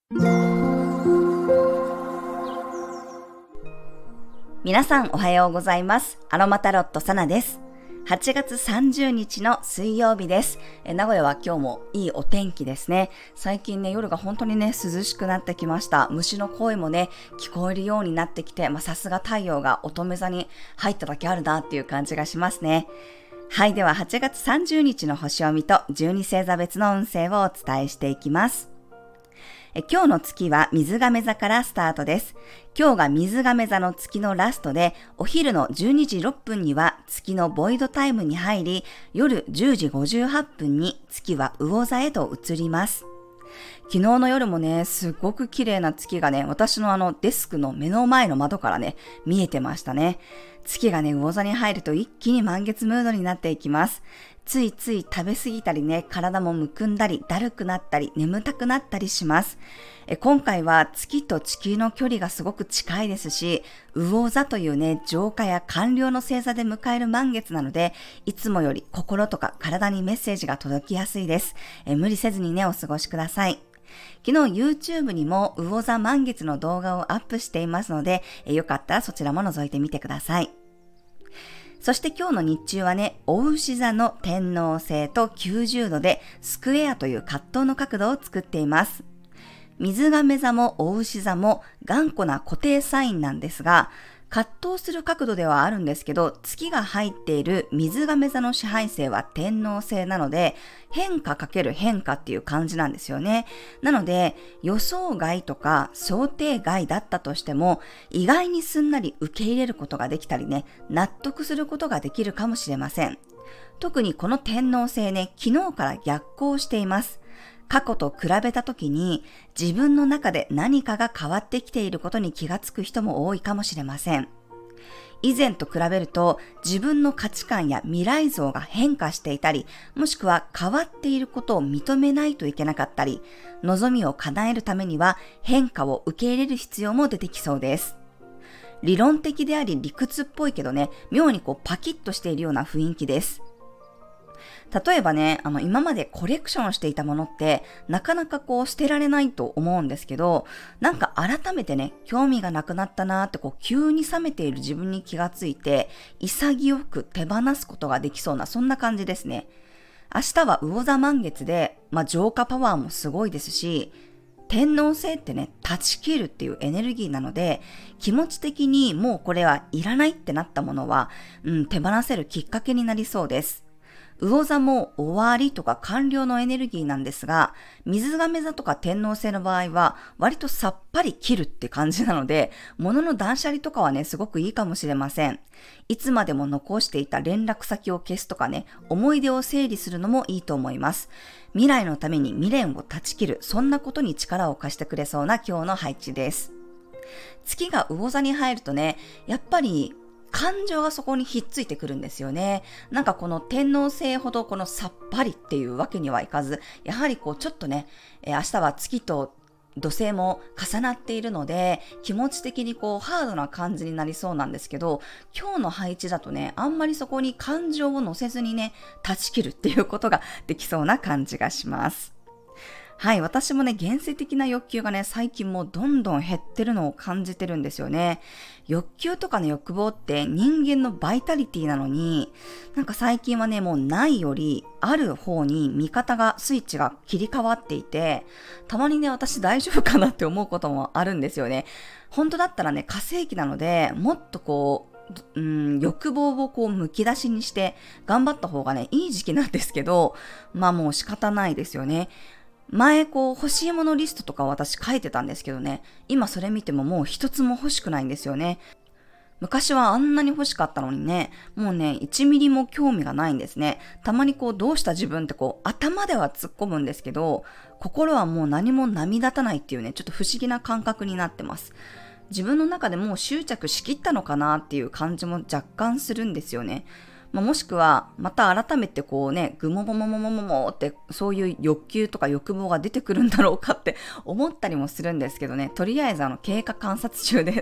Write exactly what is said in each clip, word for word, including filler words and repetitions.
皆さんおはようございます。アロマタロットサナです。はちがつさんじゅうにちの水曜日です。え名古屋は今日もいいお天気ですね。最近ね、夜が本当にね、涼しくなってきました。虫の声もね、聞こえるようになってきて、まあ、さすが太陽が乙女座に入っただけあるなっていう感じがしますね。はい、でははちがつさんじゅうにちの星読みとじゅうに星座別の運勢をお伝えしていきます。え今日の月は水亀座からスタートです。今日が水亀座の月のラストで、お昼のじゅうにじろっぷんには月のボイドタイムに入り、夜じゅうじごじゅうはっぷんに月は魚座へと移ります。昨日の夜もね、すごく綺麗な月がね、私のあのデスクの目の前の窓からね、見えてましたね。月がね、魚座に入ると一気に満月ムードになっていきます。ついつい食べ過ぎたりね、体もむくんだり、だるくなったり、眠たくなったりします。え今回は月と地球の距離がすごく近いですし、魚座というね、浄化や完了の星座で迎える満月なので、いつもより心とか体にメッセージが届きやすいです。え無理せずにね、お過ごしください。昨日 YouTube にも魚座満月の動画をアップしていますので、えよかったらそちらも覗いてみてください。そして今日の日中はね、お牛座の天王星ときゅうじゅうどでスクエアという葛藤の角度を作っています。水亀座もお牛座も頑固な固定サインなんですが、葛藤する角度ではあるんですけど、月が入っている水亀座の支配星は天王星なので、変化かける変化っていう感じなんですよね。なので、予想外とか想定外だったとしても、意外にすんなり受け入れることができたりね、納得することができるかもしれません。特にこの天王星ね、昨日から逆行しています。過去と比べたときに自分の中で何かが変わってきていることに気がつく人も多いかもしれません。以前と比べると自分の価値観や未来像が変化していたり、もしくは変わっていることを認めないといけなかったり、望みを叶えるためには変化を受け入れる必要も出てきそうです。理論的であり理屈っぽいけどね、妙にこうパキッとしているような雰囲気です。例えばね、あの今までコレクションしていたものってなかなかこう捨てられないと思うんですけど、なんか改めてね、興味がなくなったなーってこう急に冷めている自分に気がついて、潔く手放すことができそうな、そんな感じですね。明日は魚座満月で、まあ、浄化パワーもすごいですし、天王星ってね、断ち切るっていうエネルギーなので、気持ち的にもうこれはいらないってなったものは、うん、手放せるきっかけになりそうです。魚座も終わりとか完了のエネルギーなんですが、水亀座とか天王星の場合は割とさっぱり切るって感じなので、物の断捨離とかはね、すごくいいかもしれません。いつまでも残していた連絡先を消すとかね、思い出を整理するのもいいと思います。未来のために未練を断ち切る、そんなことに力を貸してくれそうな今日の配置です。月が魚座に入るとね、やっぱり感情がそこにひっついてくるんですよね。なんかこの天王星ほどこのさっぱりっていうわけにはいかず、やはりこうちょっとね、えー明日は月と土星も重なっているので、気持ち的にこうハードな感じになりそうなんですけど、今日の配置だとね、あんまりそこに感情を乗せずにね、断ち切るっていうことができそうな感じがします。はい、私もね、現世的な欲求がね、最近もうどんどん減ってるのを感じてるんですよね。欲求とかの欲望って人間のバイタリティなのに、なんか最近はね、もうないよりある方に見方が、スイッチが切り替わっていて、たまにね、私大丈夫かなって思うこともあるんですよね。本当だったらね、火星期なので、もっとこう、うん、欲望をこうむき出しにして頑張った方がね、いい時期なんですけど、まあもう仕方ないですよね。前こう欲しいものリストとか私書いてたんですけどね、今それ見てももう一つも欲しくないんですよね。昔はあんなに欲しかったのにね、もうね、いちミリも興味がないんですね。たまにこうどうした自分ってこう頭では突っ込むんですけど、心はもう何も波立たないっていうね、ちょっと不思議な感覚になってます。自分の中でもう執着しきったのかなっていう感じも若干するんですよね。まあ、もしくは、また改めてこうね、ぐもももももももって、そういう欲求とか欲望が出てくるんだろうかって思ったりもするんですけどね、とりあえずあの、経過観察中です。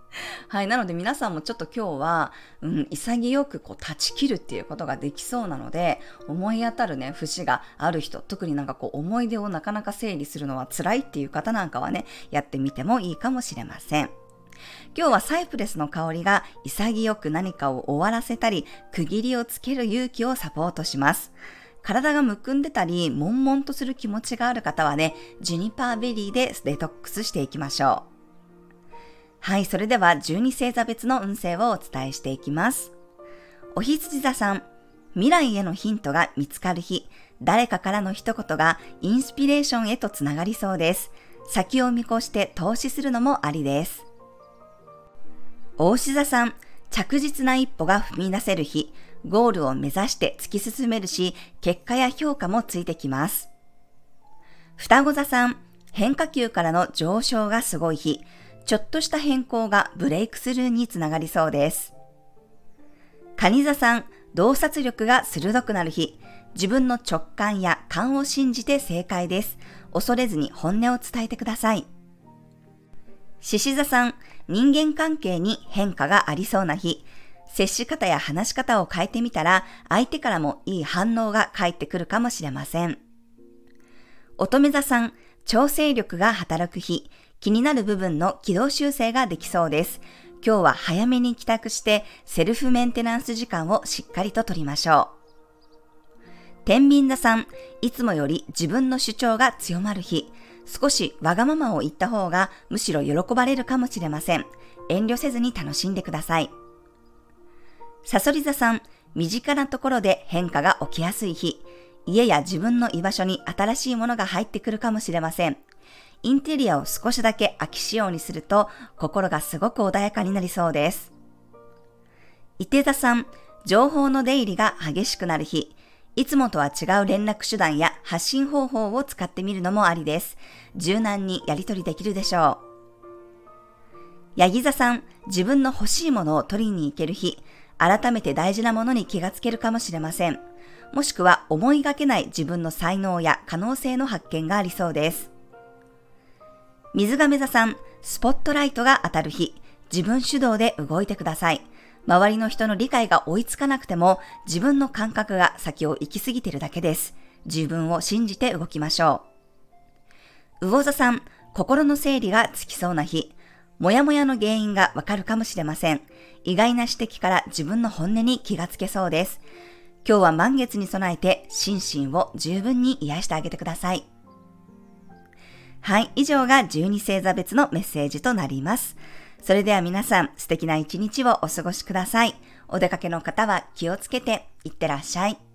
はい。なので皆さんもちょっと今日は、うん、潔くこう断ち切るっていうことができそうなので、思い当たるね、節がある人、特になんかこう思い出をなかなか整理するのは辛いっていう方なんかはね、やってみてもいいかもしれません。今日はサイプレスの香りが潔く何かを終わらせたり、区切りをつける勇気をサポートします。体がむくんでたり、悶々とする気持ちがある方はね、ジュニパーベリーでデトックスしていきましょう。はい、それではじゅうに星座別の運勢をお伝えしていきます。お羊座さん、未来へのヒントが見つかる日、誰かからの一言がインスピレーションへとつながりそうです。先を見越して投資するのもありです。牡牛座さん、着実な一歩が踏み出せる日、ゴールを目指して突き進めるし、結果や評価もついてきます。双子座さん、変化球からの上昇がすごい日、ちょっとした変更がブレイクスルーにつながりそうです。蟹座さん、洞察力が鋭くなる日、自分の直感や勘を信じて正解です。恐れずに本音を伝えてください。獅子座さん、人間関係に変化がありそうな日、接し方や話し方を変えてみたら、相手からもいい反応が返ってくるかもしれません。乙女座さん、調整力が働く日、気になる部分の軌道修正ができそうです。今日は早めに帰宅してセルフメンテナンス時間をしっかりと取りましょう。天秤座さん、いつもより自分の主張が強まる日、少しわがままを言った方がむしろ喜ばれるかもしれません。遠慮せずに楽しんでください。蠍座さん、身近なところで変化が起きやすい日、家や自分の居場所に新しいものが入ってくるかもしれません。インテリアを少しだけ秋仕様にすると心がすごく穏やかになりそうです。射手座さん、情報の出入りが激しくなる日、いつもとは違う連絡手段や発信方法を使ってみるのもありです。柔軟にやり取りできるでしょう。ヤギ座さん、自分の欲しいものを取りに行ける日、改めて大事なものに気がつけるかもしれません。もしくは思いがけない自分の才能や可能性の発見がありそうです。水亀座さん、スポットライトが当たる日、自分主導で動いてください。周りの人の理解が追いつかなくても、自分の感覚が先を行き過ぎているだけです。自分を信じて動きましょう。魚座さん、心の整理がつきそうな日、もやもやの原因がわかるかもしれません。意外な指摘から自分の本音に気がつけそうです。今日は満月に備えて心身を十分に癒してあげてください。はい、以上がじゅうに星座別のメッセージとなります。それでは皆さん、素敵な一日をお過ごしください。お出かけの方は気をつけていってらっしゃい。